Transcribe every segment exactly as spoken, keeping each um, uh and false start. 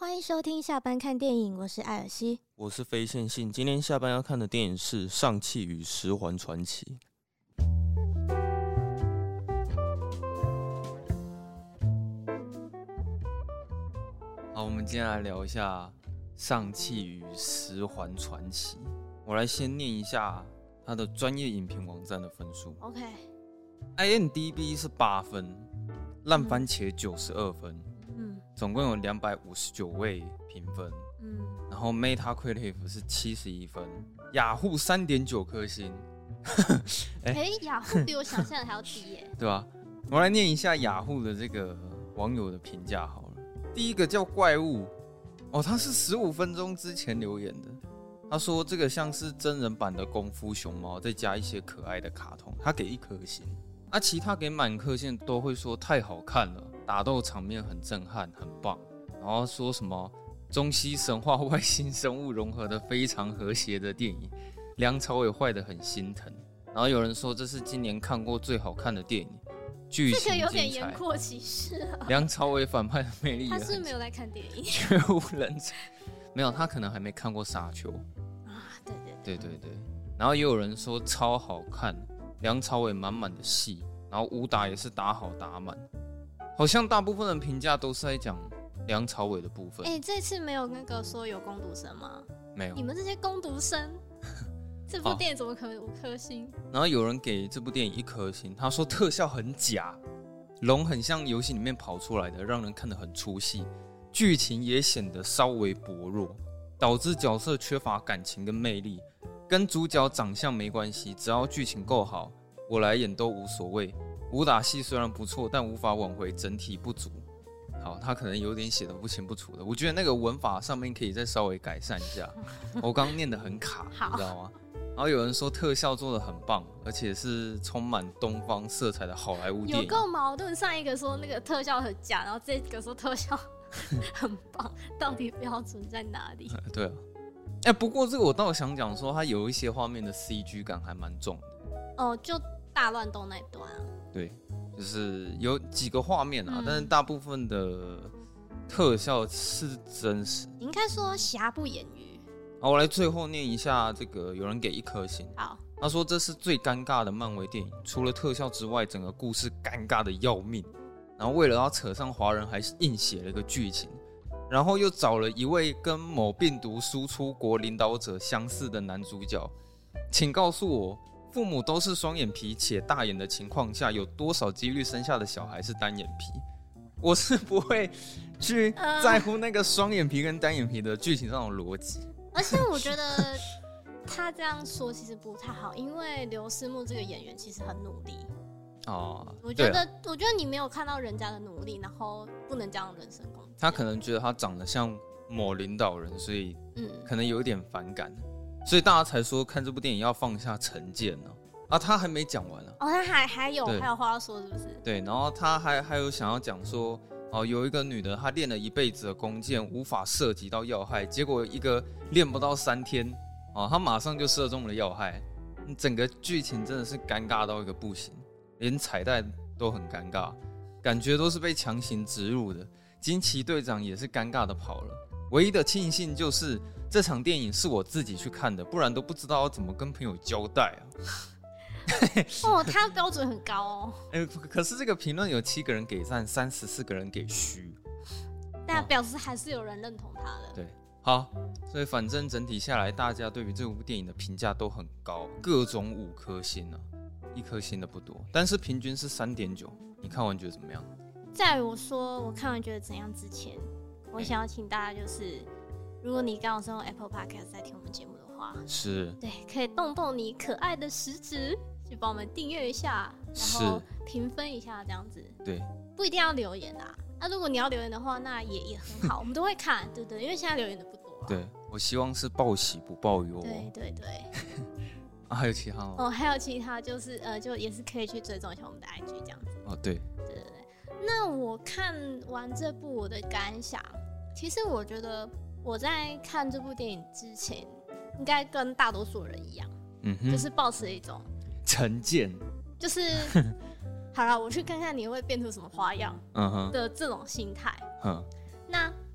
欢迎收听下班看电影，我是艾尔西， 我是非线性。今天下班要看的电影是《上汽与十环传奇》。好，我们今天来聊一下《上汽与十环传奇》。我来先念一下它的专业影评网站的分数。 OK，I M D B 是八分，烂番茄九十二分。嗯，总共有两百五十九位评分。嗯，然后 Metacritic 是七十一分，雅虎三点九颗星。 哎、欸，雅虎比我想象的还要低耶。 对吧？我来念一下雅虎的这个网友的评价好了。第一个叫怪物，哦，他是十五分钟之前留言的。他说这个像是真人版的功夫熊猫，再加一些可爱的卡通，他给一颗星。啊，其他给满颗星都会说太好看了，打斗场面很震撼，很棒。然后说什么中西神话外星生物融合的非常和谐的电影，梁朝伟坏得很心疼。然后有人说这是今年看过最好看的电影，剧情精彩。 这个有点言过其实了。 梁朝伟反派的魅力也很强， 他是没有在看电影， 绝无人场。没有，他可能还没看过《沙丘》 啊。对对对对对。然后也有人说超好看，梁朝伟满满的戏，然后武打也是打好打满。好像大部分人评价都是在讲梁朝伟的部分。 哎、欸，这次没有那个说有工读生吗？ 没有。 你们这些工读生，这部电影怎么可能五颗星？ 然后有人给这部电影一颗星，他说特效很假，龙很像游戏里面跑出来的，让人看得很出戏。剧情也显得稍微薄弱，导致角色缺乏感情跟魅力。跟主角长相没关系，只要剧情够好，我来演都无所谓。武打戏虽然不错，但无法挽回整体不足。好，他可能有点写的不清不楚的，我觉得那个文法上面可以再稍微改善一下。我刚刚念得很卡，你知道吗？然后有人说特效做得很棒，而且是充满东方色彩的好莱坞电影。 有够矛盾，上一个说那个特效很假，然后这个说特效很棒，到底标准在哪里？ 对啊，哎、欸，不过这个我倒想讲说，它有一些画面的 C G 感还蛮重的。 哦，就大乱斗那一段啊。 对，就是有几个画面啊、嗯，但是大部分的特效是真实。 应该说瑕不掩瑜。 好，我来最后念一下这个，有人给一颗星。 好， 他说这是最尴尬的漫威电影，除了特效之外，整个故事尴尬的要命。然后为了要扯上华人，还硬写了一个剧情，然后又找了一位跟某病毒输出国领导者相似的男主角。请告诉我，父母都是双眼皮且大眼的情况下，有多少几率生下的小孩是单眼皮？我是不会去在乎那个双眼皮跟单眼皮的剧情上的逻辑。 而且我觉得他这样说其实不太好，因为刘思慕这个演员其实很努力。哦，我觉得、啊，我觉得你没有看到人家的努力，然后不能这样人身攻击。 他可能觉得他长得像某领导人，所以嗯，可能有一点反感，所以大家才说看这部电影要放下成见呢、啊。啊，他还没讲完呢、啊。 哦，他还还有还有话要说，是不是？ 对，然后他还还有想要讲说，哦，有一个女的，她练了一辈子的弓箭，无法射击到要害，结果一个练不到三天，哦，她马上就射中了要害，整个剧情真的是尴尬到一个不行。连彩蛋都很尴尬，感觉都是被强行植入的。惊奇队长也是尴尬的跑了。唯一的庆幸就是这场电影是我自己去看的，不然都不知道要怎么跟朋友交代啊。 哦，他标准很高哦。 欸、可是这个评论有七个人给赞，三十四个人给虚， 但表示还是有人认同他的。 对，好，所以反正整体下来，大家对于这部电影的评价都很高，各种五颗星啊。一颗星的不多，但是平均是 三点九。 你看完觉得怎么样？ 在我说我看完觉得怎样之前，我想要请大家就是，如果你刚好是用 Apple Podcast 在听我们节目的话， 是对，可以动动你可爱的食指去帮我们订阅一下，然后评分一下这样子。 对，不一定要留言啊。那、啊、如果你要留言的话，那也也很好，我们都会看，对不对？因为现在留言的不多、啊。 对，我希望是报喜不报忧、哦。 对对对。 啊，还有其他吗？ 哦，还有其他，就是呃，就也是可以去追踪一下我们的 I G 这样子。 哦，对， 对对对。那我看完这部我的感想，其实我觉得我在看这部电影之前，应该跟大多数人一样，嗯哼，就是抱持一种成见， 就是好了，我去看看你会变出什么花样，嗯哼的这种心态。嗯，那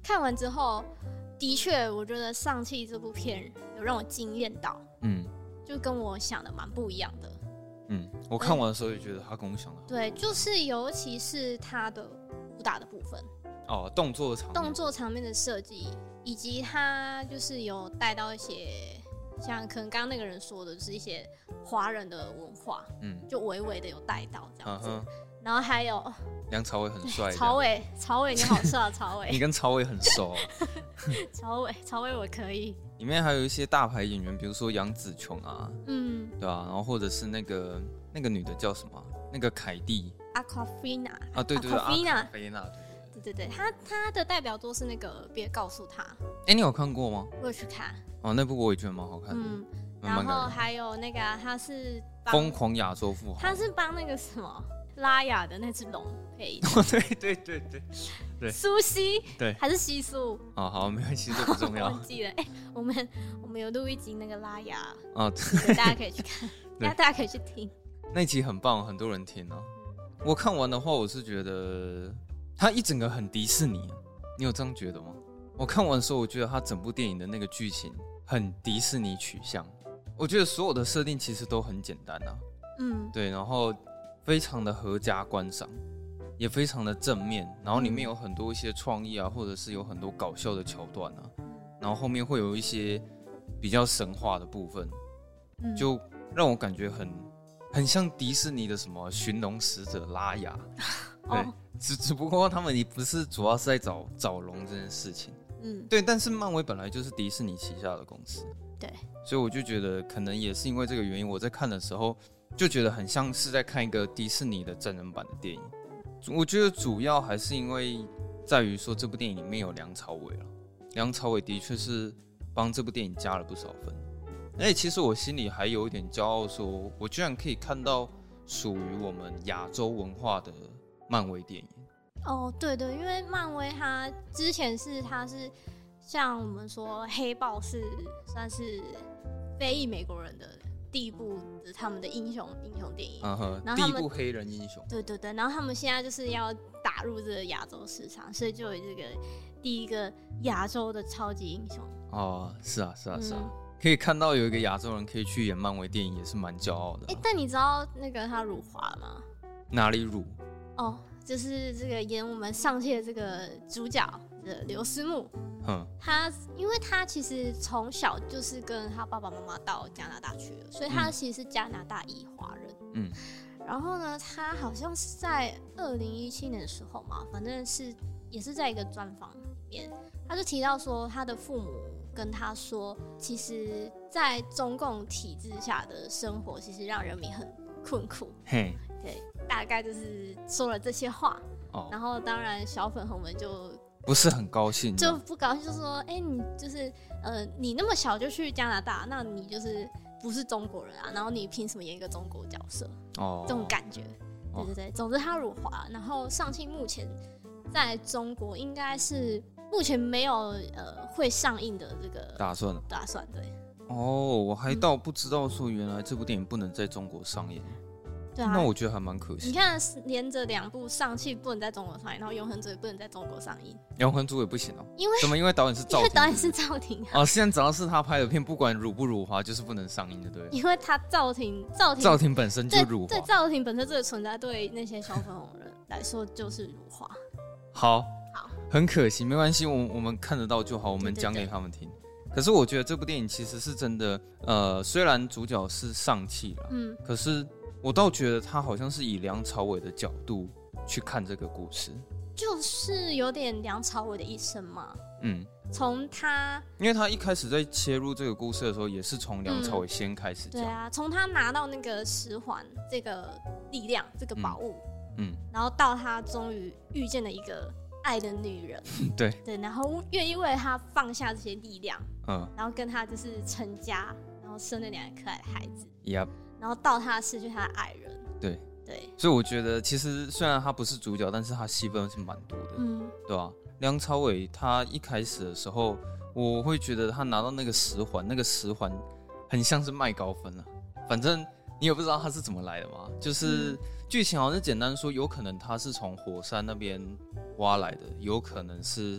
看完之后，的确，我觉得上汽这部片有让我惊艳到，嗯，就跟我想的蛮不一样的。 嗯，我看完的时候也觉得他跟我想的对，就是尤其是他的武打的部分， 哦，动作场面动作场面的设计，以及他就是有带到一些像可能刚刚那个人说的，就是一些华人的文化，嗯，就微微的有带到这样子。嗯、然后还有梁朝伟很帅， 曹伟，曹伟你好帅啊，曹伟， 你跟曹伟很熟、啊。 曹伟，曹伟我可以。 里面还有一些大牌演员，比如说杨紫琼啊，嗯，对啊，然后或者是那个那个女的叫什么？那个凯蒂 ，Awkwafina 啊，对对对 ，Awkwafina， 菲娜， 对对对，她她的代表作是那个别告诉她。 哎、欸，你有看过吗？ 我有去看。 哦，那部我也觉得蛮好看的。嗯， 然后还有那个、啊，他是疯狂亚洲富豪， 他是帮那个什么拉雅的那只龙配音。 哦，对对对对对， 苏西，对，还是西苏？ 哦，好，没关系，这不重要。 忘记了，哎、欸，我们我们有录一集那个拉雅，哦，对，大家可以去看，大家可以去听。 那一集很棒，很多人听啊。我看完的话，我是觉得他一整个很迪士尼，你有这样觉得吗？我看完的时候，我觉得他整部电影的那个剧情很迪士尼取向。我觉得所有的设定其实都很简单啊，嗯，对，然后非常的合家观赏，也非常的正面，然后里面有很多一些创意啊，或者是有很多搞笑的桥段啊，然后后面会有一些比较神话的部分，嗯、就让我感觉很很像迪士尼的什么寻龙使者拉雅，对，哦、只只不过他们也不是主要是在找找龙这件事情。嗯，对，但是漫威本来就是迪士尼旗下的公司， 对， 所以我就觉得可能也是因为这个原因，我在看的时候就觉得很像是在看一个迪士尼的真人版的电影。我觉得主要还是因为在于说这部电影里面有梁朝伟了，梁朝伟的确是帮这部电影加了不少分。而且其实我心里还有一点骄傲说，说我居然可以看到属于我们亚洲文化的漫威电影。 哦，对对，因为漫威它之前是它是像我们说黑豹是算是非裔美国人的第一部的他们的英雄英雄电影， 嗯哼，然后第一部黑人英雄， 对对对，然后他们现在就是要打入这个亚洲市场，所以就有这个第一个亚洲的超级英雄。 哦，是啊是啊是啊、嗯，可以看到有一个亚洲人可以去演漫威电影，也是蛮骄傲的、啊。 哎，但你知道那个他辱华吗？ 哪里辱？ 哦。就是这个演我们上汽的这个主角的刘思慕，嗯，他因为他其实从小就是跟他爸爸妈妈到加拿大去了，所以他其实是加拿大裔华人，嗯，然后呢，他好像是在二零一七年的时候嘛，反正是也是在一个专访里面，他就提到说他的父母跟他说，其实在中共体制下的生活其实让人民很困苦，嘿，对。大概就是说了这些话，哦、然后当然小粉红们就不是很高兴， 就不高兴，就说：“哎、欸，你就是呃，你那么小就去加拿大，那你就是不是中国人啊？然后你凭什么演一个中国角色？哦，这种感觉，对对对。哦、总之他辱华，然后上汽目前在中国应该是目前没有呃会上映的这个打算， 打算对。 哦，我还倒不知道说原来这部电影不能在中国上映。对啊，那我觉得还蛮可惜。 你看，连着两部上汽不能在中国上映，然后《永恒族》也不能在中国上映。 永恒族也不行哦， 因为怎么？因为导演是赵婷， 因为导演是赵婷啊。哦，现在只要是他拍的片，不管辱不辱华，就是不能上映的，对。 因为他赵婷，赵婷， 赵婷本身就辱华。 对，赵婷本身这个存在，对那些小粉红人来说就是辱华。 好，好，很可惜，没关系，我我们看得到就好，我们讲给他们听。對對對，可是我觉得这部电影其实是真的，呃，虽然主角是上汽啦，嗯，可是。我倒觉得他好像是以梁朝伟的角度去看这个故事， 就是有点梁朝伟的一生嘛。嗯，从他， 因为他一开始在切入这个故事的时候，也是从梁朝伟先开始讲、 嗯。对啊，从他拿到那个十环这个力量，这个宝物，嗯，嗯然后到他终于遇见了一个爱的女人， 对对，然后愿意为他放下这些力量，嗯，然后跟他就是成家，然后生了两个可爱的孩子。 Yep。 然后到他失去他的爱人， 对对， 所以我觉得其实虽然他不是主角，但是他戏份是蛮多的，嗯，对吧、啊？梁朝伟他一开始的时候，我会觉得他拿到那个十环，那个十环很像是麦高芬啊。反正你也不知道他是怎么来的嘛，就是剧情好像是简单说，有可能他是从火山那边挖来的，有可能是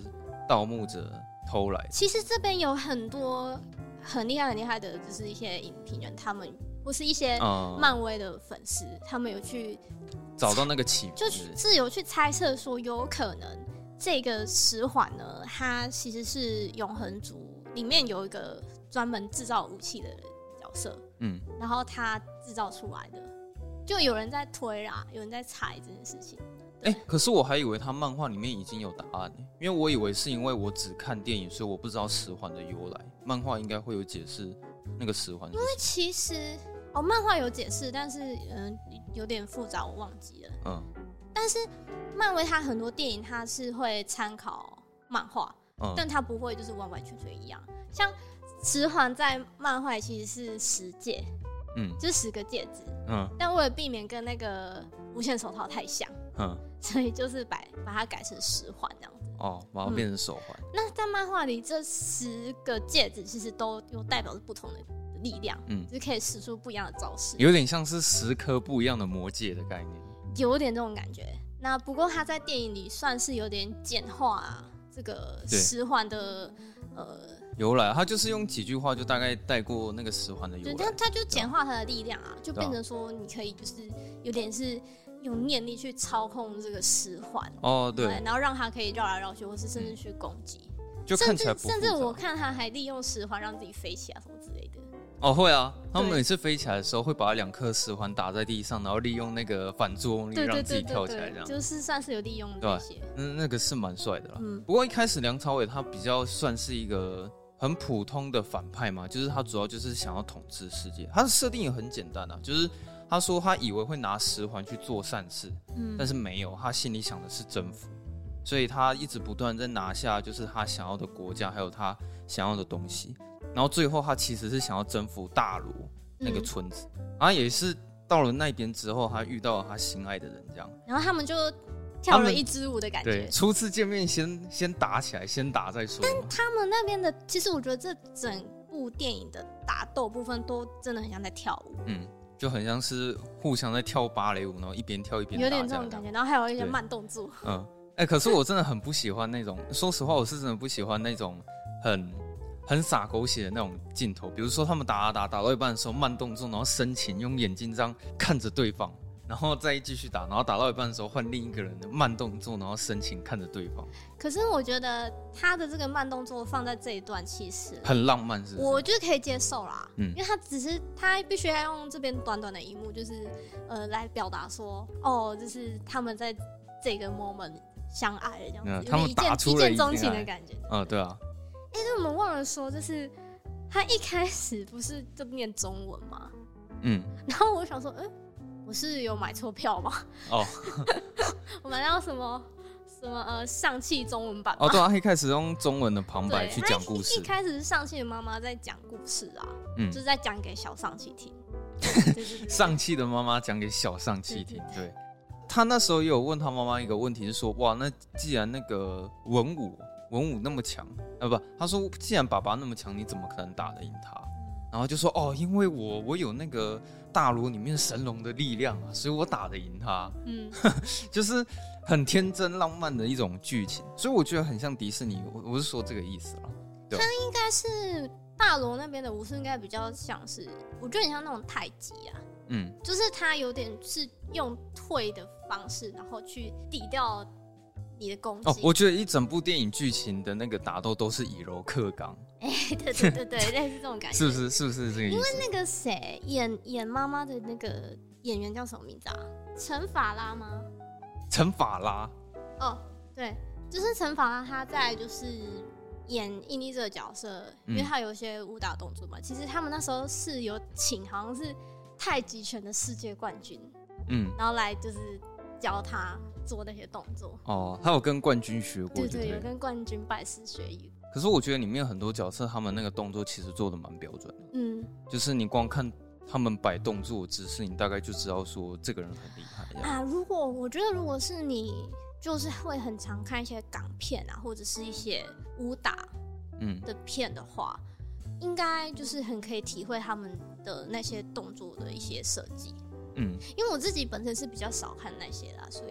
盗墓者偷来的。 其实这边有很多很厉害很厉害的，就是一些影评人，他们或是一些漫威的粉丝，嗯、他们有去找到那个起， 就是有去猜测说，有可能这个十环呢，它其实是永恒族里面有一个专门制造武器的角色，嗯，然后他制造出来的，就有人在推啦，有人在猜这件事情。 哎、欸，可是我还以为他漫画里面已经有答案呢，因为我以为是因为我只看电影，所以我不知道十环的由来。漫画应该会有解释那个十环。 因为其实哦，漫画有解释，但是嗯、呃、有点复杂，我忘记了。嗯，但是漫威它很多电影它是会参考漫画，嗯、但它不会就是完完全全一样。像十环在漫画其实是十戒，嗯，就是十个戒指，嗯，但为了避免跟那个无限手套太像，嗯。所以就是把把它改成十环这样子哦，把它变成手环、嗯。 那在漫画里，这十个戒指其实都有代表着不同的力量，嗯，就是可以使出不一样的招式， 有点像是十颗不一样的魔戒的概念， 有点这种感觉。那不过它在电影里算是有点简化、啊、这个十环的呃由来，他就是用几句话就大概带过那个十环的由来， 对，他就简化它的力量啊，就变成说你可以就是有点是。用念力去操控这个十环哦，对， 然后让它可以绕来绕去，或是甚至去攻击， 就看起来不复杂。 甚至我看他还利用十环让自己飞起来什么之类的。 哦，会啊，他们每次飞起来的时候会把两颗十环打在地上，然后利用那个反作用力让自己跳起来，这样就是算是有利用这些。 那那个是蛮帅的啦。嗯，不过一开始梁朝伟他比较算是一个很普通的反派嘛，就是他主要就是想要统治世界，他的设定也很简单啊，就是。他说他以为会拿十环去做善事，嗯，但是没有，他心里想的是征服，所以他一直不断在拿下就是他想要的国家，还有他想要的东西，然后最后他其实是想要征服大罗那个村子，嗯、然后也是到了那边之后，他遇到了他心爱的人，这样， 然后他们就跳了一支舞的感觉。 对，初次见面先先打起来，先打再说。 但他们那边的，其实我觉得这整部电影的打斗部分都真的很像在跳舞，嗯。 就很像是互相在跳芭蕾舞，然后一边跳一边打， 有点这种感觉，然后还有一些慢动作。 嗯，哎、欸，可是我真的很不喜欢那种，说实话，我是真的不喜欢那种很很洒狗血的那种镜头。比如说他们打打打打到一半的时候慢动作，然后深情用眼睛这样看着对方，然后再继续打，然后打到一半的时候换另一个人的慢动作，然后深情看着对方。 可是我觉得他的这个慢动作放在这一段其实很浪漫，是不是？ 我觉得可以接受啦，嗯，因为他只是他必须要用这边短短的一幕，就是呃来表达说，哦，就是他们在这个 moment 相爱了这样子， 嗯、他们打出了一见钟情的感觉。 嗯，对啊。 哎、欸，但我们忘了说，就是他一开始不是就念中文吗？嗯，然后我想说，嗯、欸，我是有买错票吗？哦，我买到什么？什么呃上汽中文版？ 哦，对啊，他一开始用中文的旁白去讲故事。 一开始是上汽的妈妈在讲故事啊，嗯，就是在讲给小上汽听。对对对， 上汽的妈妈讲给小上汽听。对，对，他那时候也有问他妈妈一个问题，是说，哇，那既然那个文武文武那么强，啊不，他说既然爸爸那么强，你怎么可能打得赢他？然后就说，哦，因为我我有那个大罗里面神龙的力量啊，所以我打得赢他。嗯，就是很天真浪漫的一种剧情，所以我觉得很像迪士尼。我我是说这个意思啦。 他应该是大罗那边的武术，应该比较像是，我觉得很像那种太极啊。嗯，就是他有点是用退的方式，然后去抵掉你的攻击。 哦，我觉得一整部电影剧情的那个打斗都是以柔克刚。 哎、欸，对对对对，类似这种感觉， 是不是？是不是这个意思？ 因为那个谁演演妈妈的那个演员叫什么名字啊？陈法拉吗？ 陈法拉。 哦，对，就是陈法拉，他在就是演印尼这个角色，因为他有一些武打动作嘛。嗯、其实他们那时候是有请，好像是太极拳的世界冠军，嗯，然后来就是教他做那些动作。 哦，他有跟冠军学过， 对 对, 对，有跟冠军拜师学艺。 可是我觉得里面很多角色，他们那个动作其实做的蛮标准的。嗯，就是你光看他们摆动作姿势，你大概就知道说这个人很厉害啊。如果我觉得，如果是你，就是会很常看一些港片啊，或者是一些武打嗯的片的话，嗯、应该就是很可以体会他们的那些动作的一些设计。嗯，因为我自己本身是比较少看那些啦，所以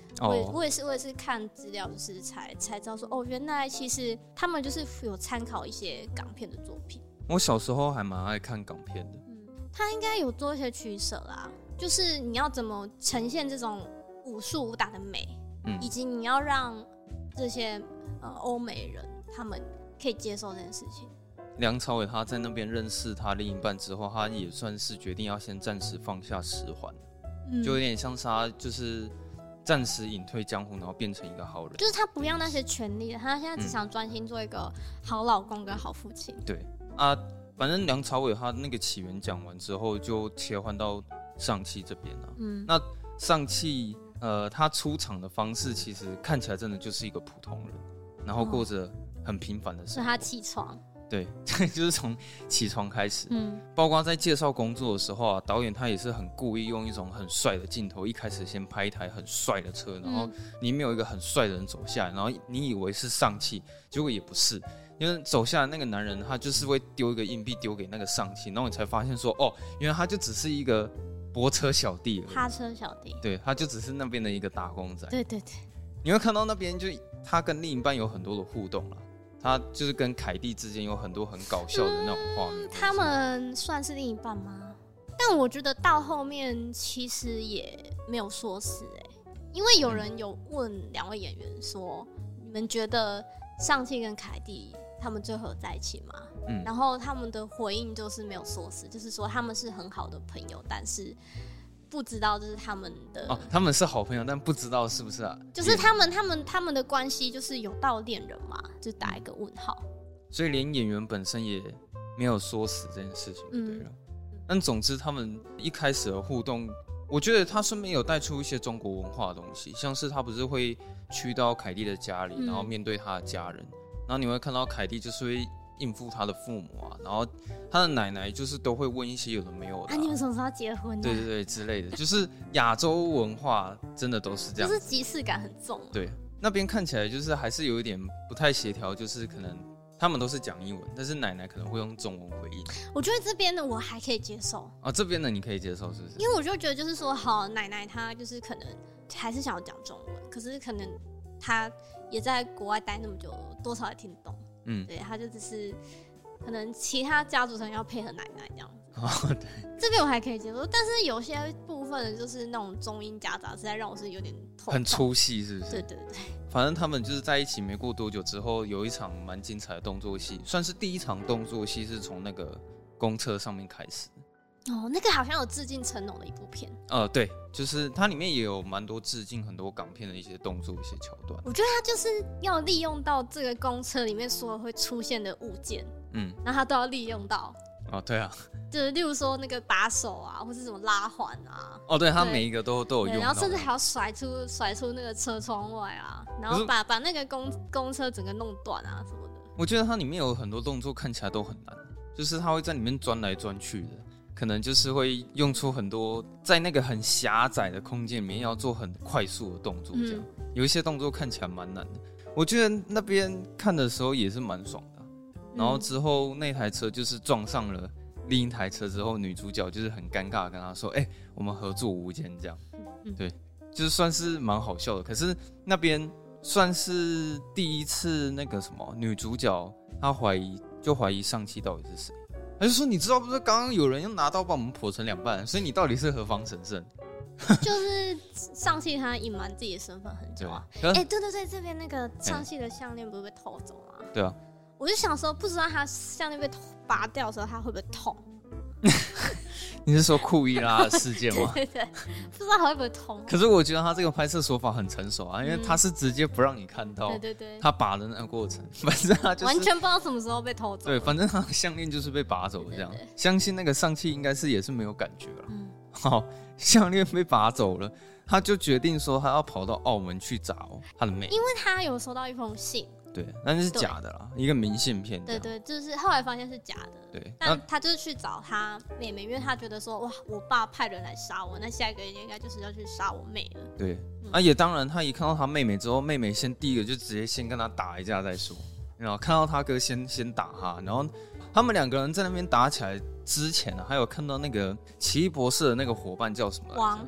我也我也是我也是看资料，就是才才知道说，哦，原来其实他们就是有参考一些港片的作品。 我小时候还蛮爱看港片的。 嗯，他应该有做一些取舍啦，就是你要怎么呈现这种武术武打的美，嗯，以及你要让这些呃欧美人他们可以接受这件事情。 梁朝伟他在那边认识他另一半之后，他也算是决定要先暂时放下十环，嗯，就有点像是他就是暂时隐退江湖，然后变成一个好人。 就是他不要那些权利了，他现在只想专心做一个好老公跟好父亲。 嗯、对啊，反正梁朝伟他那个起源讲完之后，就切换到上汽这边了。嗯，那上汽呃，他出场的方式其实看起来真的就是一个普通人，然后过着很平凡的生活。 是他起床。 对，就是从起床开始，嗯，包括在介绍工作的时候啊，导演他也是很故意用一种很帅的镜头，一开始先拍一台很帅的车，然后里面有一个很帅的人走下来，然后你以为是上汽，结果也不是，因为走下来那个男人他就是会丢一个硬币丢给那个上汽，然后你才发现说，哦，原来他就只是一个泊车小弟而已， 趴车小弟， 对，他就只是那边的一个打工仔， 对对对， 你会看到那边就他跟另一半有很多的互动啦。他就是跟凯蒂之间有很多很搞笑的那种画面、嗯。 他们算是另一半吗？但我觉得到后面其实也没有说是哎、欸，因为有人有问两位演员说：“嗯、你们觉得上汽跟凯蒂他们最后有在一起吗？”嗯，然后他们的回应就是没有说是，就是说他们是很好的朋友，但是。不知道这是他们的哦，他们是好朋友，但不知道是不是啊？ 就是他们、他们、他们的关系就是有到恋人嘛，就打一个问号。 所以连演员本身也没有说死这件事情，对了。嗯、但总之，他们一开始的互动，我觉得他顺便有带出一些中国文化的东西，像是他不是会去到凯蒂的家里，然后面对他的家人，嗯、然后你会看到凯蒂就是会应付他的父母啊，然后他的奶奶就是都会问一些有的没有的、啊， 啊，你们什么时候要结婚、啊？ 对对对之类的，就是亚洲文化真的都是这样， 就是即视感很重。 对，那边看起来就是还是有一点不太协调，就是可能他们都是讲英文，但是奶奶可能会用中文回应。 我觉得这边的我还可以接受啊，这边的你可以接受是不是？ 因为我就觉得就是说，好，奶奶她就是可能还是想要讲中文，可是可能她也在国外待那么久，多少也听得懂。嗯，对，她就只是。可能其他家族成员要配合奶奶这样子， 哦，对， 这边我还可以接受，但是有些部分的就是那种中英夹杂，实在让我是有点头痛， 很粗细，是不是？ 对对对。 反正他们就是在一起没过多久之后，有一场蛮精彩的动作戏，算是第一场动作戏，是从那个公车上面开始。 哦，那个好像有致敬成龙的一部片。 呃，对，就是它里面也有蛮多致敬很多港片的一些动作、一些桥段。 我觉得它就是要利用到这个公车里面所有会出现的物件，嗯，然后它都要利用到。 哦，对啊， 就是例如说那个把手啊，或是什么拉环啊。 哦，对，它每一个都都有用到， 然后甚至还要甩出甩出那个车窗外啊，然后把把那个公公车整个弄断啊什么的。 我觉得它里面有很多动作看起来都很难，就是它会在里面钻来钻去的。可能就是会用出很多在那个很狭窄的空间里面要做很快速的动作，这样、嗯、有一些动作看起来蛮难的。我觉得那边看的时候也是蛮爽的。然后之后那台车就是撞上了另一台车之后，女主角就是很尴尬的跟他说：“哎、欸，我们合作无间。”这样，嗯、对，就是算是蛮好笑的。可是那边算是第一次那个什么女主角她怀疑就怀疑上汽到底是谁。他就说：“你知道不是刚刚有人用拿刀把我们剖成两半，所以你到底是何方神圣？” 就是上汽他隐瞒自己的身份很久啊。哎、欸，对对对，这边那个上汽的项链不是被偷走吗？ 对啊。 我就想说，不知道他项链被拔掉的时候，他会不会痛？ 你是说库伊拉的事件吗？ 对对对，不知道他会不会痛。 可是我觉得他这个拍摄手法很成熟啊，因为他是直接不让你看到， 对对对， 他拔的那个过程，反正他就是完全不知道什么时候被偷走。 对，反正他的项链就是被拔走这样。对对对，相信那个上汽应该是也是没有感觉了。嗯，好，项链被拔走了，他就决定说他要跑到澳门去找他的妹， 因为他有收到一封信。 对，但是假的啦，一个明信片。 对对，就是后来发现是假的。 对， 但他就是去找他妹妹，因为他觉得说，哇，我爸派人来杀我，那下一个应该就是要去杀我妹了。 对，嗯、啊，也当然，他一看到他妹妹之后，妹妹先第一个就直接先跟他打一架再说，然后看到他哥先先打他，然后他们两个人在那边打起来之前呢、啊，还有看到那个奇异博士的那个伙伴叫什么来着？ 王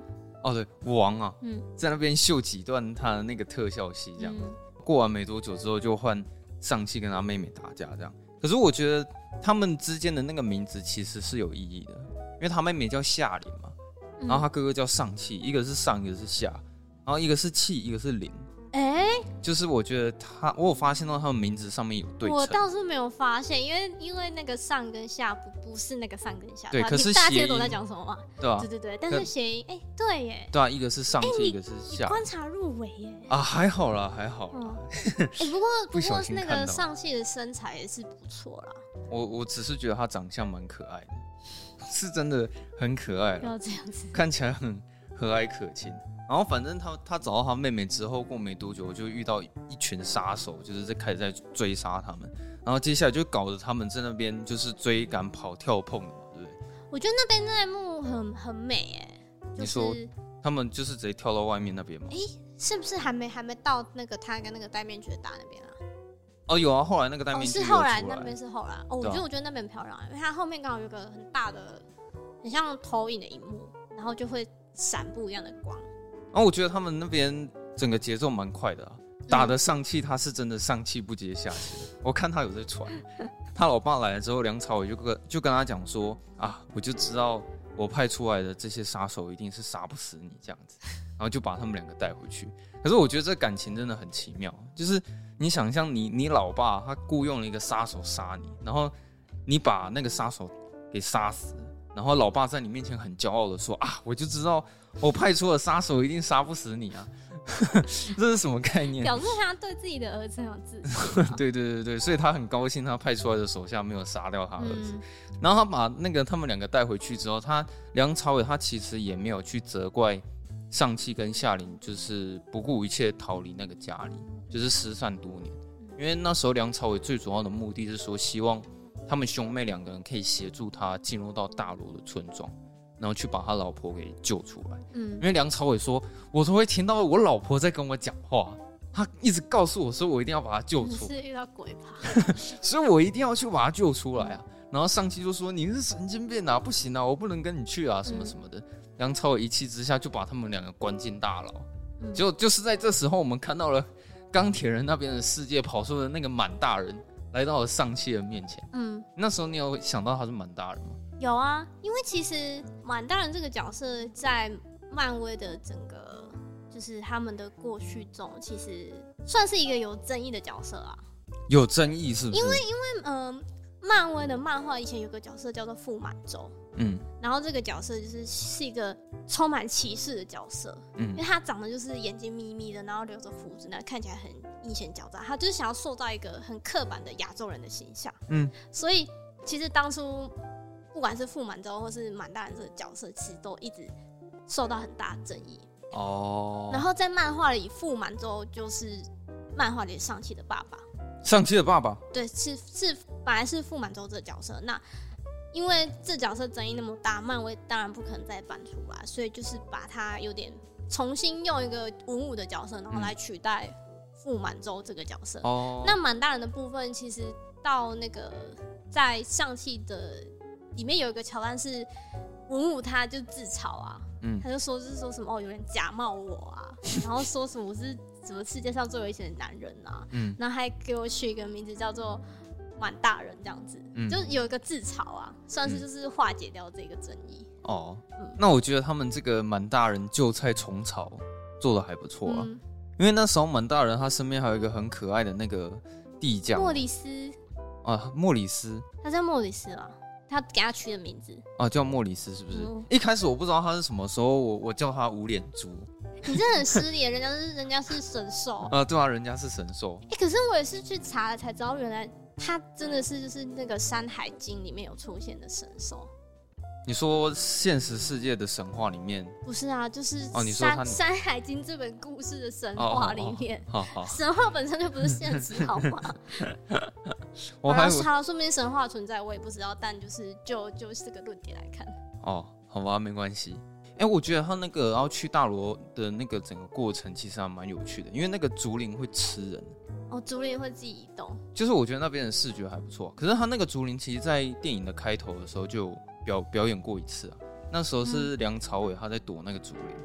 哦对，王啊，嗯，在那边秀几段他的那个特效戏，这样、嗯、过完没多久之后就换上气跟他妹妹打架这样。可是我觉得他们之间的那个名字其实是有意义的，因为他妹妹叫夏琳嘛，然后他哥哥叫上气，一个是上，一个是下，然后一个是气，一个是琳。哎、欸，就是我觉得他，我有发现到他们名字上面有对称。 我倒是没有发现，因为因为那个上跟下不不是那个上跟下。 对，可是大家听得懂在讲什么吗？ 对啊， 对对对，但是谐音，哎、欸，对耶。 对啊，一个是上气、欸，一个是下。 观察入微耶。 啊，还好啦，还好啦。 哎、嗯欸，不过不过那个上气的身材也是不错啦。 我我只是觉得他长相蛮可爱的，是真的很可爱了。 不要这样子， 看起来很和蔼可亲。然后反正他他找到他妹妹之后，过没多久就遇到一群杀手，就是在开始在追杀他们。然后接下来就搞得他们在那边就是追赶跑跳碰的嘛，对不对？ 我觉得那边那一幕很很美哎、就是。 你说他们就是直接跳到外面那边吗？ 哎，是不是还没还没到那个他跟那个戴面具的打那边啊？ 哦，有啊，后来那个戴面具、 哦、是后来那边是后来哦，我觉得我觉得那边很漂亮，因为它后面刚好有个很大的很像投影的荧幕，然后就会闪不一样的光。 然后我觉得他们那边整个节奏蛮快的啊，打的上气，他是真的上气不接下气。我看他有在传，他老爸来了之后，梁朝伟就跟就跟他讲说啊，我就知道我派出来的这些杀手一定是杀不死你这样子，然后就把他们两个带回去。可是我觉得这感情真的很奇妙，就是你想象你你老爸他雇佣了一个杀手杀你，然后你把那个杀手给杀死了，然后老爸在你面前很骄傲的说啊，我就知道我派出的杀手一定杀不死你啊。这是什么概念？ 表示他对自己的儿子很有自信。 对对对对，所以他很高兴他派出来的手下没有杀掉他儿子、嗯、然后他把那个他们两个带回去之后，他梁朝伟他其实也没有去责怪上气跟夏琳，就是不顾一切逃离那个家里，就是失散多年。因为那时候梁朝伟最主要的目的是说，希望他们兄妹两个人可以协助他进入到大罗的村庄，然后去把他老婆给救出来。嗯，因为梁朝伟说，我都会听到我老婆在跟我讲话，他一直告诉我说，我一定要把他救出来。 是遇到鬼吧？ 所以我一定要去把他救出来啊！然后上期就说你是神经病啊，不行啊，我不能跟你去啊，什么什么的。嗯、梁朝伟一气之下就把他们两个关进大牢。嗯、结果就是在这时候，我们看到了钢铁人那边的世界跑出的那个满大人来到了上气的面前。嗯，那时候你有想到他是满大人吗？ 有啊，因为其实满大人这个角色在漫威的整个就是他们的过去中，其实算是一个有争议的角色啊。 有争议是不是？ 因为因为呃，漫威的漫画以前有个角色叫做傅满洲，嗯，然后这个角色就是是一个充满歧视的角色，嗯，因为他长得就是眼睛眯眯的，然后留着胡子，然后看起来很阴险狡诈，他就是想要塑造一个很刻板的亚洲人的形象，嗯，所以其实当初不管是傅满洲或是满大人这个角色，其实都一直受到很大的争议哦。然后在漫画里，傅满洲就是漫画里上气的爸爸。 上气的爸爸？对， 是是，本来是傅满洲这个角色。那因为这角色争议那么大，漫威当然不可能再搬出来，所以就是把他有点重新用一个文武的角色，然后来取代傅满洲这个角色。哦。那满大人的部分，其实到那个在上气的里面有一个桥段是文武他就自嘲啊，嗯，他就说就是说什么哦，有人假冒我啊，然后说什么我是什么世界上最危险的男人啊，嗯，然后还给我取一个名字叫做满大人这样子，嗯，就有一个自嘲啊，算是就是化解掉这个争议。 哦，嗯，那我觉得他们这个满大人救菜虫草做的还不错啊，嗯，因为那时候满大人他身边还有一个很可爱的那个地将莫里斯啊，莫里斯， 他叫莫里斯啊。他给他取的名字啊，叫莫里斯是不是？嗯，一开始我不知道他是什么时候，我我叫他无脸猪。 你真的很失礼，人家是人家是神兽啊，对啊，人家是神兽。 哎，欸，可是我也是去查了才知道，原来他真的是就是那个《山海经》里面有出现的神兽。 你说现实世界的神话里面？ 不是啊，就是哦，你说他《 山海经》这本故事的神话里面， 哦哦哦哦， 神话本身就不是现实，好吗？ 我还好，说明神话存在，我也不知道，但就是就就这个论点来看， 哦，好吧，没关系。哎，欸，我觉得他那个要去大罗的那个整个过程其实还蛮有趣的，因为那个竹林会吃人。 哦，竹林会自己移动， 就是我觉得那边的视觉还不错。可是他那个竹林，其实在电影的开头的时候就有表表演过一次啊。那时候是梁朝伟他在躲那个竹林，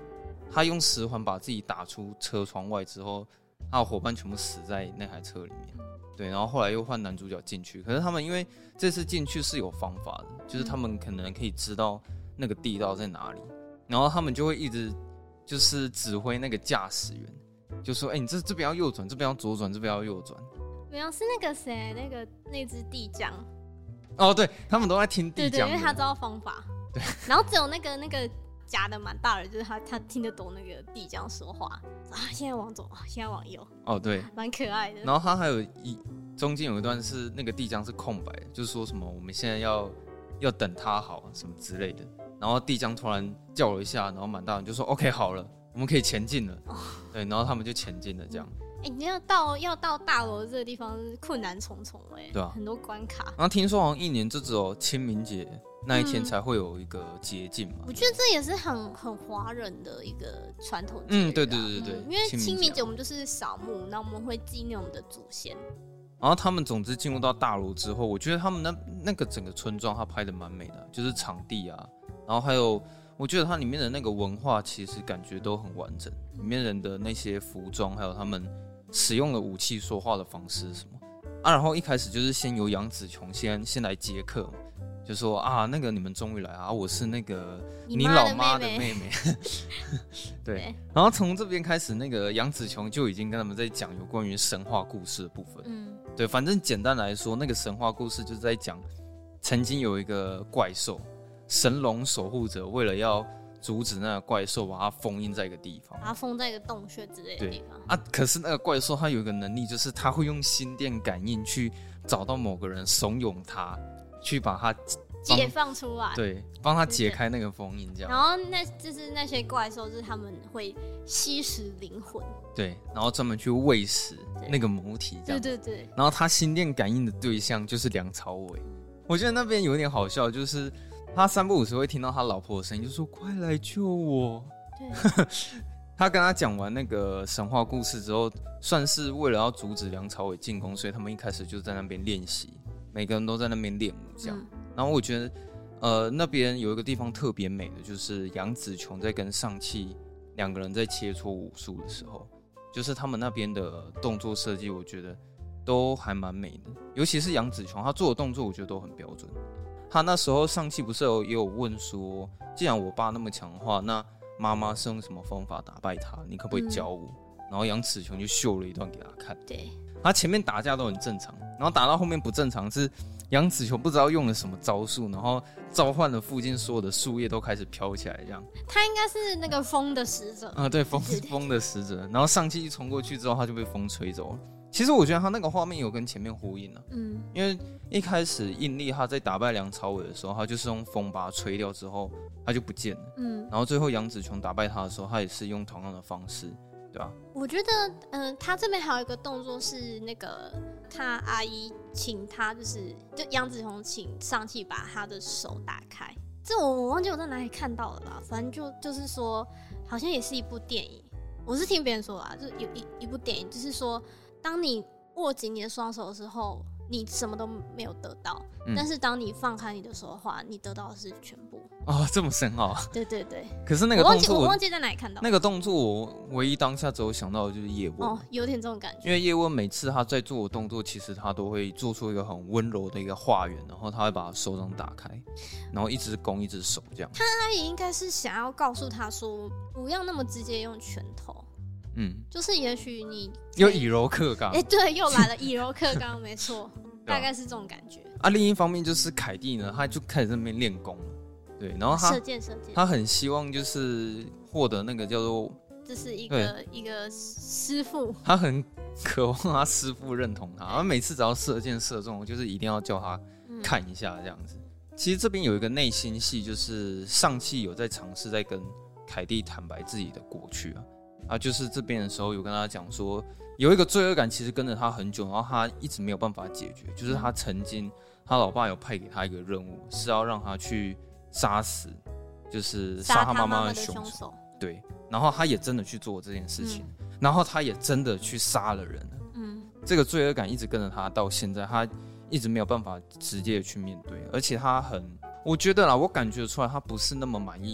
他用十环把自己打出车窗外之后，他的伙伴全部死在那台车里面。对，然后后来又换男主角进去，可是他们因为这次进去是有方法的，就是他们可能可以知道那个地道在哪里，然后他们就会一直就是指挥那个驾驶员，就说：“哎、欸，你这这边要右转，这边要左转，这边要右转。” 没有，是那个谁，那个那只地匠。 哦，对，他们都在听地匠， 对对，因为他知道方法。 对， 然后只有那个那个假的蛮大人，就是他他听得懂那个地匠说话啊，现在往左，现在往右。 哦，对， 蛮可爱的。 然后他还有一中间有一段是那个地匠是空白的，就是说什么我们现在要要等他好什么之类的。然后地匠突然叫了一下，然后满大人就说 ：“OK， 好了，我们可以前进了。”哦，对，然后他们就前进了，这样。 哎、欸，你要到要到大楼这个地方困难重重哎、欸， 对啊， 很多关卡。 然后听说好像一年就只有清明节那一天才会有一个节庆嘛、嗯。 我觉得这也是很很华人的一个传统节日、啊。 嗯，对对对对对、 嗯，因为清明节我们就是扫墓，然后我们会纪念我们的祖先。 然后他们总之进入到大楼之后，我觉得他们那那个整个村庄他拍的蛮美的，就是场地啊，然后还有我觉得它里面的那个文化其实感觉都很完整，里面人的那些服装，还有他们使用的武器、说话的方式什么啊，然后一开始就是先由杨紫琼先先来接客，就说啊那个你们终于来啊，我是那个你老妈的妹妹，对，然后从这边开始，那个杨紫琼就已经跟他们在讲有关于神话故事的部分，嗯，对，反正简单来说，那个神话故事就是在讲曾经有一个怪兽。神龙守护者为了要阻止那个怪兽，把它封印在一个地方， 把它封在一个洞穴之类的地方啊。可是那个怪兽它有一个能力，就是它会用心电感应去找到某个人，怂恿他去把它解放出来， 对，帮他解开那个封印，这样。 然后那就是那些怪兽，就是他们会吸食灵魂， 对，然后专门去喂食那个母体，这样。 对对对。 然后他心电感应的对象就是梁朝伟，我觉得那边有点好笑，就是。他三不五时会听到他老婆的声音，就说：“快来救我！”对，他跟他讲完那个神话故事之后，算是为了要阻止梁朝伟进攻，所以他们一开始就在那边练习，每个人都在那边练武这样。嗯、然后我觉得，呃，那边有一个地方特别美的，就是杨紫琼在跟上气两个人在切磋武术的时候，就是他们那边的动作设计，我觉得都还蛮美的，尤其是杨紫琼，她做的动作我觉得都很标准。他那时候上气不是有也有问说，既然我爸那么强的话，那妈妈是用什么方法打败他？你可不可以教我？嗯、然后杨紫琼就秀了一段给他看。 对， 他前面打架都很正常，然后打到后面不正常，是杨紫琼不知道用了什么招数，然后召唤了附近所有的树叶都开始飘起来，这样。 他应该是那个风的使者啊，对，风风的使者。然后上气一冲过去之后，他就被风吹走了。其实我觉得他那个画面有跟前面呼应了、啊，嗯，因为一开始印力他在打败梁朝伟的时候，他就是用风把他吹掉之后，他就不见了，嗯，然后最后杨紫琼打败他的时候，他也是用同样的方式，对吧、啊？ 我觉得，嗯、呃，他这边还有一个动作是那个他阿姨请他，就是就杨紫琼请上气把他的手打开，这我我忘记我在哪里看到了啦，反正就就是说，好像也是一部电影，我是听别人说啊，就有一一部电影，就是说。当你握紧你的双手的时候，你什么都没有得到、嗯、但是当你放开你的手的话，你得到的是全部。 哦，这么深奥、啊。 对对对。 可是那个动作我, 我, 我忘记在哪里看到那个动作，我唯一当下只有想到的就是叶问。 哦，有点这种感觉。 因为叶问每次他在做的动作，其实他都会做出一个很温柔的一个画圆，然后他会把手掌打开，然后一直攻一只手这样。 他也应该是想要告诉他说，不要那么直接用拳头。嗯，就是也许你又以柔克刚， 哎、欸，对，又来了以柔克刚，没错，大概是这种感觉。 啊，另一方面就是凯蒂呢，他就开始在那边练功了，对，然后他射箭射箭， 他很希望就是获得那个叫做， 这是一个一个师傅， 他很渴望他师傅认同他，他每次只要射箭射中，就是一定要叫他看一下这样子。嗯、其实这边有一个内心戏，就是上气有在尝试在跟凯蒂坦白自己的过去啊。啊，就是这边的时候有跟他讲说，有一个罪恶感其实跟着他很久，然后他一直没有办法解决。就是他曾经，他老爸有派给他一个任务，是要让他去杀死，就是杀他妈妈的凶手。对，然后他也真的去做这件事情，嗯、然后他也真的去杀了人。嗯，这个罪恶感一直跟着他到现在，他一直没有办法直接的去面对，而且他很，我觉得啦，我感觉出来他不是那么满意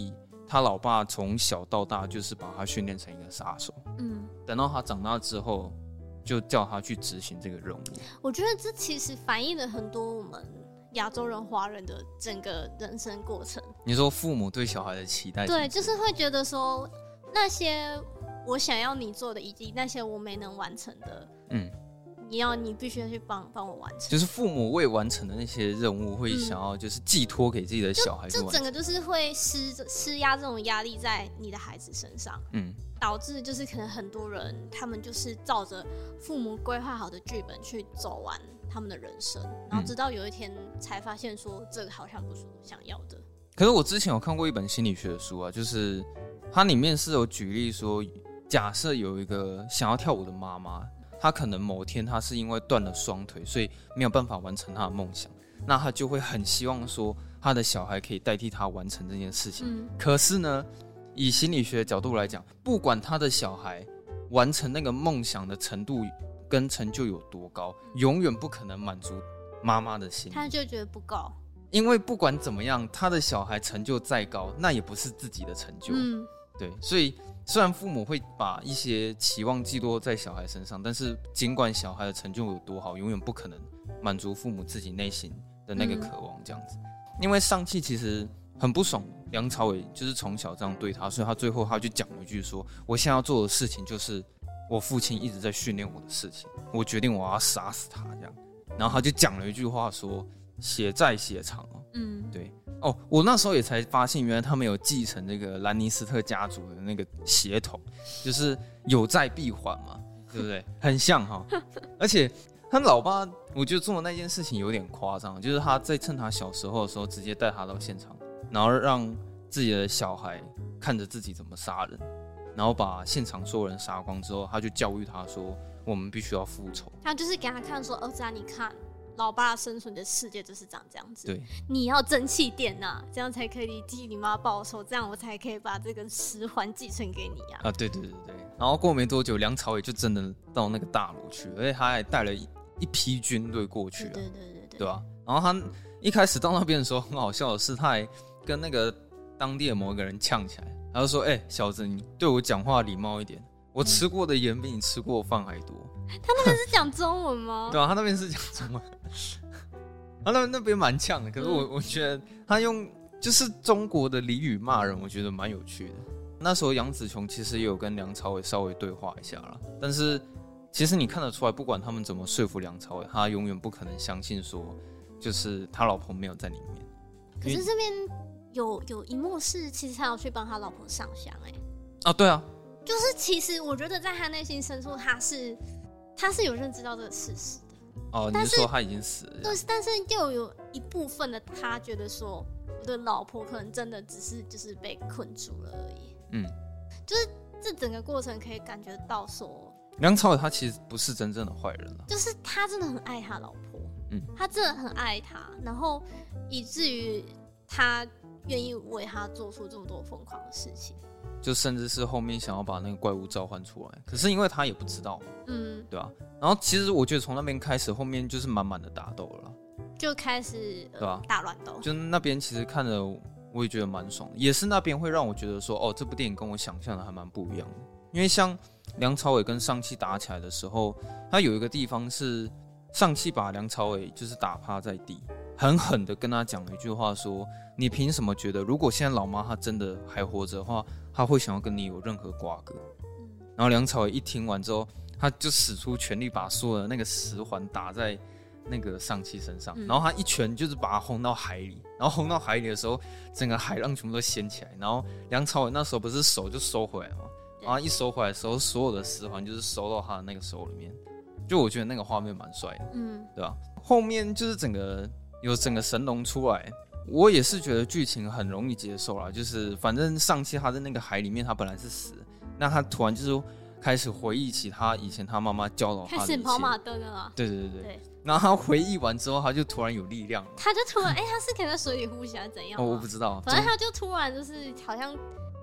他老爸从小到大就是把他训练成一个杀手，嗯，等到他长大之后，就叫他去执行这个任务。 我觉得这其实反映了很多我们亚洲人、华人的整个人生过程。 你说父母对小孩的期待， 对，就是会觉得说那些我想要你做的，以及那些我没能完成的，嗯。你要，你必须要去帮帮我完成， 就是父母未完成的那些任务，会想要就是寄托给自己的小孩、嗯， 就整个就是会施施压这种压力在你的孩子身上，嗯，导致就是可能很多人他们就是照着父母规划好的剧本去走完他们的人生，然后直到有一天才发现说这个好像不是我想要的。 可是我之前有看过一本心理学的书啊，就是它里面是有举例说，假设有一个想要跳舞的妈妈。他可能某天他是因为断了双腿，所以没有办法完成他的梦想，那他就会很希望说他的小孩可以代替他完成这件事情。嗯、可是呢，以心理学的角度来讲，不管他的小孩完成那个梦想的程度跟成就有多高，永远不可能满足妈妈的心， 他就觉得不够。 因为不管怎么样，他的小孩成就再高，那也不是自己的成就。嗯、对，所以。虽然父母会把一些期望寄托在小孩身上，但是尽管小孩的成就有多好，永远不可能满足父母自己内心的那个渴望这样子。嗯、因为上气其实很不爽梁朝伟，就是从小这样对他，所以他最后他就讲了一句说：“我现在要做的事情就是我父亲一直在训练我的事情，我决定我要杀死他这样。”然后他就讲了一句话说：“血债血偿哦。”嗯，对。哦，我那时候也才发现，原来他们有继承这个兰尼斯特家族的那个血统，就是有债必还嘛，对不对？很像哈。而且他老爸，我觉得做的那件事情有点夸张，就是他在趁他小时候的时候，直接带他到现场，然后让自己的小孩看着自己怎么杀人，然后把现场所有人杀光之后，他就教育他说：“我们必须要复仇。” 他就是给他看说：“儿子啊，你看。”老爸生存的世界就是长这样子， 对， 你要争气点呐、啊，这样才可以替你妈报仇，这样我才可以把这个十环继承给你啊！ 啊，对对对对。然后过没多久，梁朝伟就真的到那个大陆去，而且他还带了 一, 一批军队过去、啊， 对对对对对， 对吧、啊？然后他一开始到那边的时候，很好笑的是，他还跟那个当地的某一个人呛起来，他就说：“哎、欸，小子，你对我讲话礼貌一点，我吃过的盐比你吃过的饭还多。” 他那边是讲中文吗？ 对啊，他那边是讲中文，他那那边蛮呛的。可是我、嗯、我觉得他用就是中国的俚语骂人，我觉得蛮有趣的。那时候杨紫琼其实也有跟梁朝伟稍微对话一下啦，但是其实你看得出来，不管他们怎么说服梁朝伟，他永远不可能相信说就是他老婆没有在里面。 可是这边有有一幕是，其实他要去帮他老婆上香、欸，哎， 啊，对啊， 就是其实我觉得在他内心深处，他是。他是有认知到这个事实的哦，你是说他已经死了？ 对，但是又有一部分的他觉得说，我的老婆可能真的只是就是被困住了而已。嗯，就是这整个过程可以感觉到说， 梁朝伟他其实不是真正的坏人了， 就是他真的很爱他老婆，嗯，他真的很爱他，然后以至于他愿意为他做出这么多疯狂的事情。 就甚至是后面想要把那个怪物召唤出来，可是因为他也不知道嘛，嗯，对吧、啊？然后其实我觉得从那边开始，后面就是满满的打斗了， 就开始、呃、对吧？大乱斗， 就那边其实看着我也觉得蛮爽的，也是那边会让我觉得说，哦，这部电影跟我想象的还蛮不一样的。因为像梁朝伟跟上气打起来的时候，他有一个地方是上气把梁朝伟就是打趴在地，狠狠的跟他讲了一句话说：“你凭什么觉得如果现在老妈她真的还活着的话，她会想要跟你有任何瓜葛？”然后梁朝伟一听完之后，他就使出全力把所有的那个十环打在那个上气身上，然后他一拳就是把他轰到海里，然后轰到海里的时候，整个海浪全部都掀起来，然后梁朝伟那时候不是手就收回来嘛，然后一收回来的时候，所有的十环就是收到他的那个手里面，就我觉得那个画面蛮帅的，嗯，对吧？后面就是整个有整个神龙出来，我也是觉得剧情很容易接受啦，就是反正上气他在那个海里面，他本来是死，那他突然就是开始回忆起他以前他妈妈教导他的一切， 开始跑马灯了， 对对对对。然后他回忆完之后，他就突然有力量了， 他就突然哎、欸，他是可以在水里呼吸还是怎样？ 哦，我不知道， 反正他就突然就是好像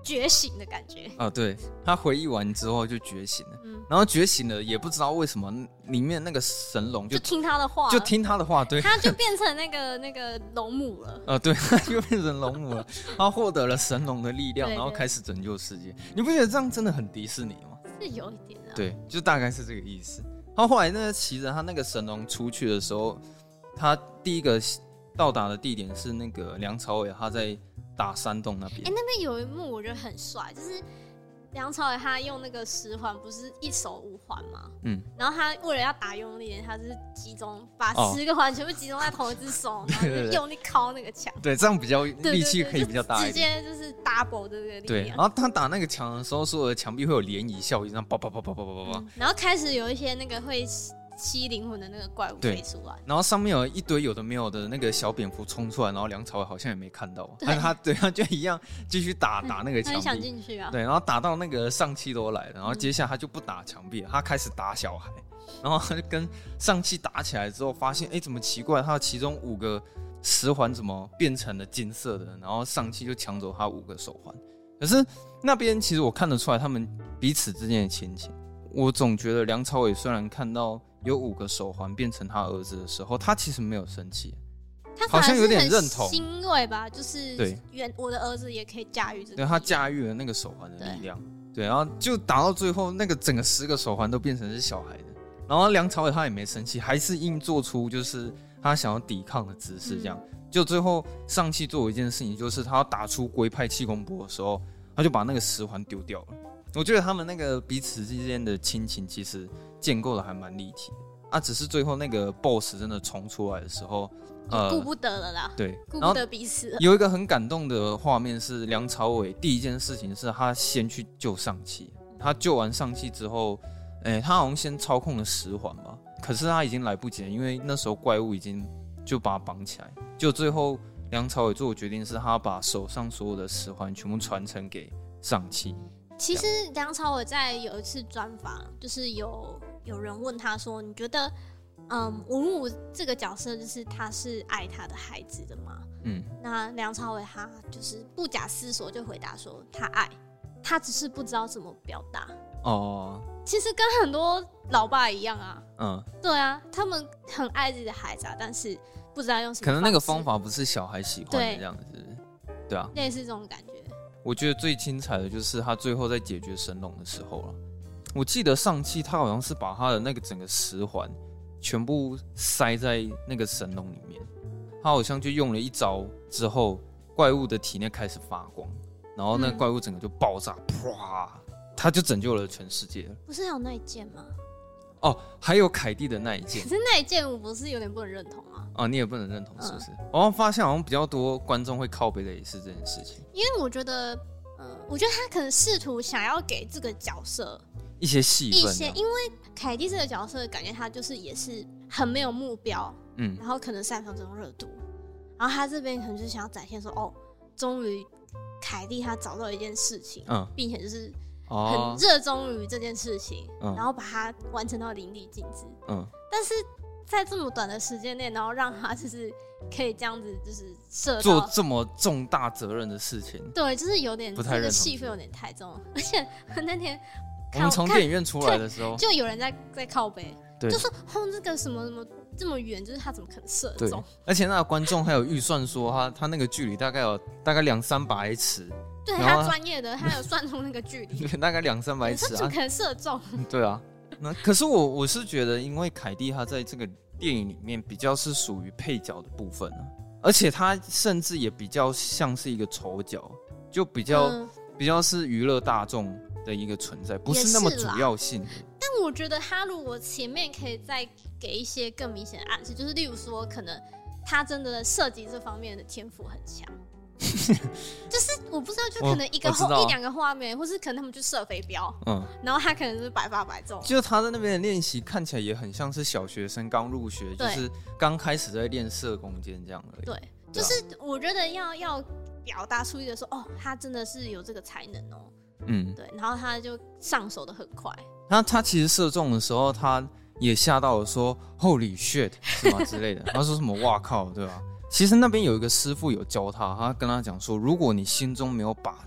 觉醒的感觉啊，对，他回忆完之后就觉醒了，嗯、然后觉醒了也不知道为什么里面那个神龙 就, 就听他的话， 就听他的话，对， 他就变成那个那个龙母了， 啊，对，他就变成龙母了，他获得了神龙的力量， 对对， 然后开始拯救世界。你不觉得这样真的很迪士尼吗？ 是有一点啊， 对，就大概是这个意思。他后来那个骑着他那个神龙出去的时候，他第一个到达的地点是那个梁朝伟他在打山洞那边。 哎、欸，那边有一幕我觉得很帅，就是梁朝伟他用那个十环，不是一手五环吗？嗯，然后他为了要打用力点，他是集中把十个环全部集中在同一只手，哦、然后就用力敲那个墙。 对，这样比较力气可以比较大一点， 直接就是 double 的这个力量。 对，然后他打那个墙的时候，所有的墙壁会有涟漪效应，这样叭叭叭叭叭叭叭。 然后开始有一些那个会吸灵魂的那个怪物飞出来， 然后上面有一堆有的没有的那个小蝙蝠冲出来，然后梁朝伟好像也没看到，但他对他就一样继续打打那个墙壁， 他想进去啊， 对，然后打到那个上气都来了，然后接下来他就不打墙壁了，他开始打小孩，然后他就跟上气打起来之后，发现哎怎么奇怪，他的其中五个十环怎么变成了金色的，然后上气就抢走他五个手环，可是那边其实我看得出来他们彼此之间的亲情，我总觉得梁朝伟虽然看到有五个手环变成他儿子的时候，他其实没有生气， 他好像有点认同， 欣慰吧，就是对，我的儿子也可以驾驭这个， 对，他驾驭了那个手环的力量，对，然后就打到最后，那个整个十个手环都变成是小孩的，然后梁朝伟他也没生气，还是硬做出就是他想要抵抗的姿势，这样，嗯、就最后上气做一件事情，就是他要打出龟派气功波的时候，他就把那个十环丢掉了。我觉得他们那个彼此之间的亲情其实建构的还蛮立体的啊，只是最后那个 boss 真的冲出来的时候， 呃，顾不得了啦， 对， 顾不得彼此了。 有一个很感动的画面是梁朝伟第一件事情是他先去救上气，他救完上气之后，哎、欸，他好像先操控了十环吧，可是他已经来不及了，因为那时候怪物已经就把他绑起来，就最后梁朝伟做的决定是他把手上所有的十环全部传承给上气。 其实梁朝伟在有一次专访，就是有有人问他说：“你觉得，嗯，文武这个角色就是他是爱他的孩子的吗？”嗯，那梁朝伟他就是不假思索就回答说：“他爱，他只是不知道怎么表达。”哦，其实跟很多老爸一样啊。嗯，对啊，他们很爱自己的孩子啊，但是不知道用什么方式。 可能那个方法不是小孩喜欢的这样子，对啊， 类似这种感觉。 我觉得最精彩的就是他最后在解决神龙的时候了。我记得上期他好像是把他的那个整个十环全部塞在那个神龙里面，他好像就用了一招之后，怪物的体内开始发光，然后那个怪物整个就爆炸，啪、嗯，他就拯救了全世界了。 不是还有那一件吗？ 哦，还有凯蒂的那一件， 可是那一件我不是有点不能认同啊。 哦，你也不能认同是不是？嗯、我发现好像比较多观众会靠北的也是这件事情， 因为我觉得，呃，我觉得他可能试图想要给这个角色一些戏份， 一些，因为凯蒂这个角色感觉他就是也是很没有目标，嗯，然后可能擅长这种热度，然后他这边可能就是想要展现说，哦，终于凯蒂他找到一件事情，嗯，并且就是很热衷于这件事情，嗯，然后把它完成到淋漓尽致，嗯，但是在这么短的时间内，然后让他就是可以这样子，就是射做这么重大责任的事情， 对，就是有点这个戏份有点太重，而且那天我们从电影院出来的时候， 就有人在在靠北，就说哦，这个什么什么这么远，就是他怎么可能射中？ 而且那个观众还有预算说他他那个距离大概有大概两三百尺。 对，他专业的，他有算出那个距离， 大概两三百尺啊， 怎么可能射中？ 对啊，那可是我我是觉得，因为凯蒂他在这个电影里面比较是属于配角的部分啊，而且他甚至也比较像是一个丑角，就比较、嗯、比较是娱乐大众的一个存在，不是那么主要性的。 但我觉得他如果前面可以再给一些更明显的暗示，就是例如说，可能他真的射击这方面的天赋很强。就是我不知道，就可能一个一两个画面，或是可能他们就射飞镖，嗯，然后他可能是百发百中。 就是他在那边的练习看起来也很像是小学生刚入学，就是刚开始在练射弓箭这样而已。 对，就是我觉得要要表达出一个说，哦，他真的是有这个才能哦，嗯，对，然后他就上手的很快。 他他其实射中的时候，他也吓到了说 Holy shit 什么之类的，他说什么哇靠，对吧？其实那边有一个师傅有教他，他跟他讲说，如果你心中没有靶子，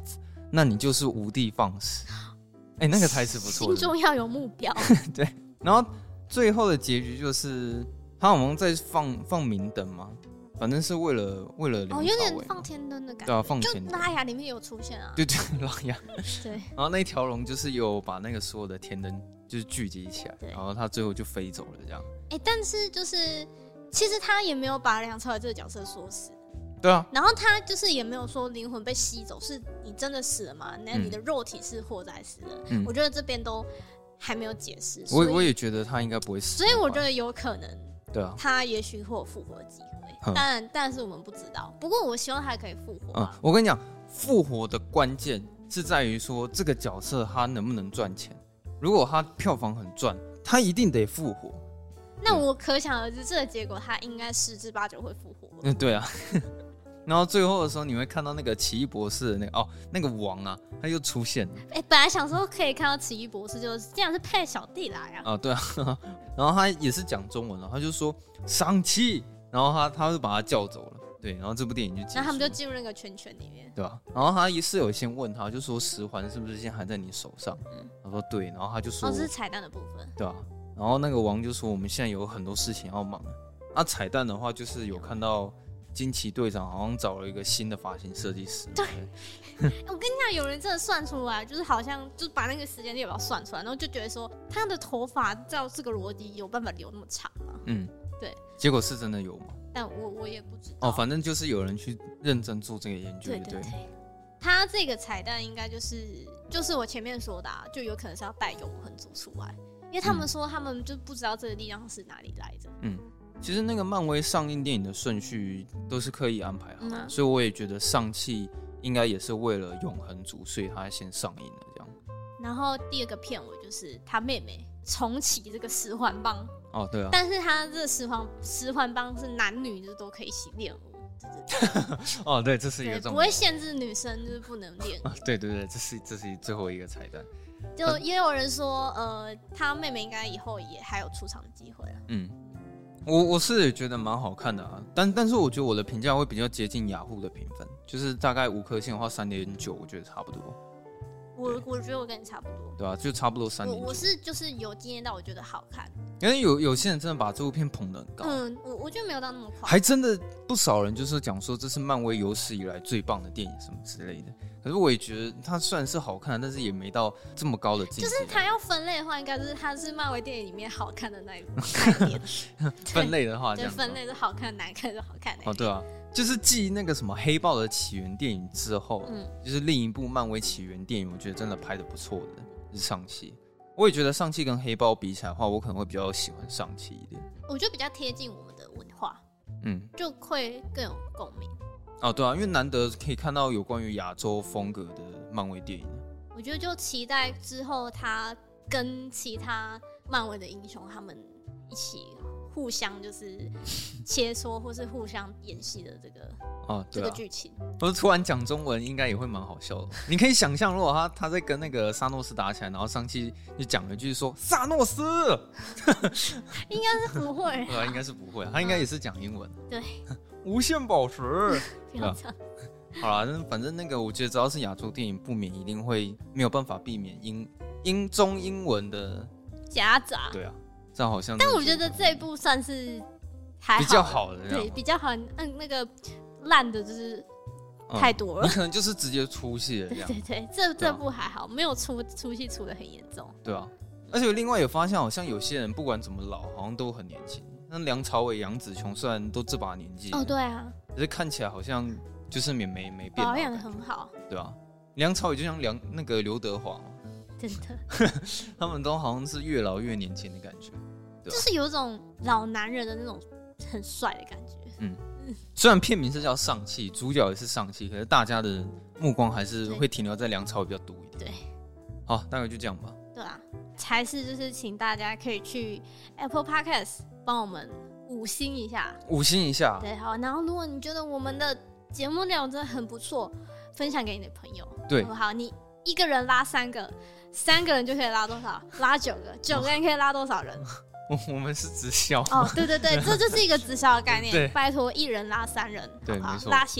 那你就是无的放矢。哎、欸，那个台词不错， 心中要有目标。 对，然后最后的结局就是他好像在放放明灯嘛，反正是为了为了哦，有点放天灯的感觉。 对啊，放天灯。 就拉雅里面有出现啊。 对对，拉雅。 对。 然后那条龙就是有把那个所有的天灯就是聚集起来，然后他最后就飞走了这样。 哎、欸，但是就是其实他也没有把梁朝伟这个角色说死。 对啊， 然后他就是也没有说灵魂被吸走，是你真的死了吗？那你的肉体是活在死了、嗯？我觉得这边都还没有解释。 我我也觉得他应该不会死， 所以我觉得有可能， 对啊， 他也许会有复活的机会，但但是我们不知道。不过我希望他可以复活、啊嗯。我跟你讲，复活的关键是在于说这个角色他能不能赚钱。如果他票房很赚，他一定得复活。 那我可想而知，这个结果他应该十之八九会复活。 嗯，对啊。然后最后的时候，你会看到那个奇异博士的那个哦，那个王啊，他又出现了。 哎、欸，本来想说可以看到奇异博士，就是竟然是派小弟来啊！ 啊，对啊。然后他也是讲中文了，他就说上气，然后他他就把他叫走了。对，然后这部电影就结束了。 那他们就进入那个圈圈里面， 对吧、啊？然后他室友先问他，就说十环是不是现在还在你手上？嗯，他说对，然后他就说， 哦，这是彩蛋的部分， 对啊。然后那个王就说我们现在有很多事情要忙。啊，彩蛋的话就是有看到。惊奇队长好像找了一个新的发型设计师。 对，我跟你讲，有人真的算出来，就是好像就把那个时间列表算出来，然后就觉得说他的头发照这个逻辑有办法留那么长吗？ 嗯， 对。 结果是真的有吗？ 但我我也不知道。 哦，反正就是有人去认真做这个研究， 对对对。他这个彩蛋应该就是就是我前面说的、啊，就有可能是要带永恒族出来，因为他们说他们就不知道这个力量是哪里来的。嗯。 其实那个漫威上映电影的顺序都是刻意安排好的、嗯啊，所以我也觉得上汽应该也是为了永恒族，所以他先上映了这样。 然后第二个片尾就是他妹妹重启这个十环帮哦，对啊， 但是他这个十环十环帮是男女就是都可以一起练舞。 哦，对，这是一个重点， 不会限制女生就是不能练舞、啊。 对对对，这是这是最后一个彩蛋。 就也有人说，呃，他妹妹应该以后也还有出场的机会啊。嗯。 我我是也觉得蛮好看的啊，但但是我觉得我的评价会比较接近雅虎的评分，就是大概五颗星的话三点九，我觉得差不多。 我我觉得我跟你差不多， 对啊，就差不多三点九。 我是就是有惊艳到，我觉得好看。 因为有有些人真的把这部片捧得很高， 嗯，我我觉得没有到那么夸， 还真的不少人就是讲说这是漫威有史以来最棒的电影什么之类的。可是我也觉得它虽然是好看，但是也没到这么高的境界。 就是它要分类的话，应该是它是漫威电影里面好看的那一概念。 分类的话，这样对，分类是好看、难看是好看的。 哦，对啊，就是继那个什么黑豹的起源电影之后，嗯，就是另一部漫威起源电影，我觉得真的拍得不错的是上汽。我也觉得上汽跟黑豹比起来的话，我可能会比较喜欢上汽一点。 我觉得比较贴近我们的文化，嗯，就会更有共鸣。 哦，对啊，因为难得可以看到有关于亚洲风格的漫威电影。 我觉得就期待之后他跟其他漫威的英雄他们一起互相就是切磋，或是互相演戏的这个哦，对啊，这个剧情。 不是突然讲中文，应该也会蛮好笑的。你可以想象，如果他他在跟那个沙诺斯打起来，然后上期就讲了一句说“沙诺斯”， 应该是不会， 对啊，应该是不会，他应该也是讲英文。 对。 无限宝石， 不要这样。 好啦，反正那个我觉得只要是亚洲电影，不免一定会没有办法避免英英中英文的夹杂。 对啊，这样好像。 但我觉得这一部算是还好比较好的， 对，比较好。嗯，那个烂的就是太多了、 嗯，你可能就是直接出戏了这样。 对对对，这这部还好，没有出出戏出的很严重。 对啊，而且另外有发现，好像有些人不管怎么老，好像都很年轻。那梁朝伟、杨紫琼虽然都这把年纪， 哦，对啊， 可是看起来好像就是没没没变， 保养的很好， 对啊。梁朝伟就像梁那个刘德华， 真的， 他们都好像是越老越年轻的感觉， 对啊、就是有种老男人的那种很帅的感觉。 嗯，虽然片名是叫上汽，主角也是上汽，可是大家的目光还是会停留在梁朝伟比较多一点。 对， 好，大概就这样吧。 对啊，才是就是请大家可以去 Apple Podcast 帮我们五星一下， 五星一下。 对，好。然后如果你觉得我们的节目内容真的很不错，分享给你的朋友。 对， 好不好？你一个人拉三个，三个人就可以拉多少？拉九个，九个人可以拉多少人？ 我我们是直销哦，对对对，这就是一个直销的概念。拜托，一人拉三人， 对， 好不好？ 没错， 拉起来。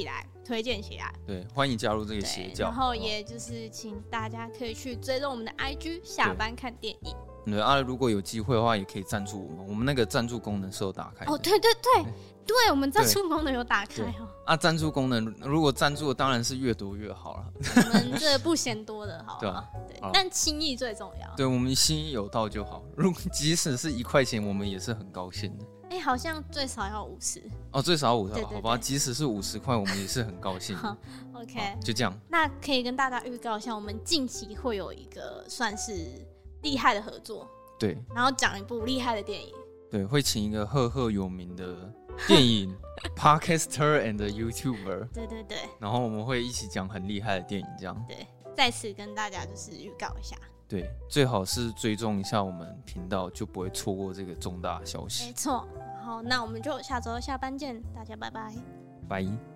推荐起来。 对，欢迎加入这个邪教。 然后也就是请大家可以去追踪我们的 I G， 下班看电影。 对啊，如果有机会的话，也可以赞助我们。我们那个赞助功能是有打开的。 哦，对对对，对, 对我们赞助功能有打开哦。 啊，赞助功能如果赞助的当然是越多越好了。 我们这不嫌多的好。 对啊， 对，但心意最重要。 对，我们心意有到就好。如果即使是一块钱，我们也是很高兴的。 哎、欸，好像最少要五十哦，最少五十，好吧，即使是五十块，我们也是很高兴。 好 ，OK， 就这样。 那可以跟大家预告一下，我们近期会有一个算是厉害的合作。 对， 然后讲一部厉害的电影。 对，会请一个赫赫有名的电影podcaster and YouTuber。 对对对。 然后我们会一起讲很厉害的电影，这样。 对，在此跟大家就是预告一下。 对，最好是追踪一下我们频道，就不会错过这个重大消息。 没错。然后，那我们就下周下班见，大家拜拜。 拜。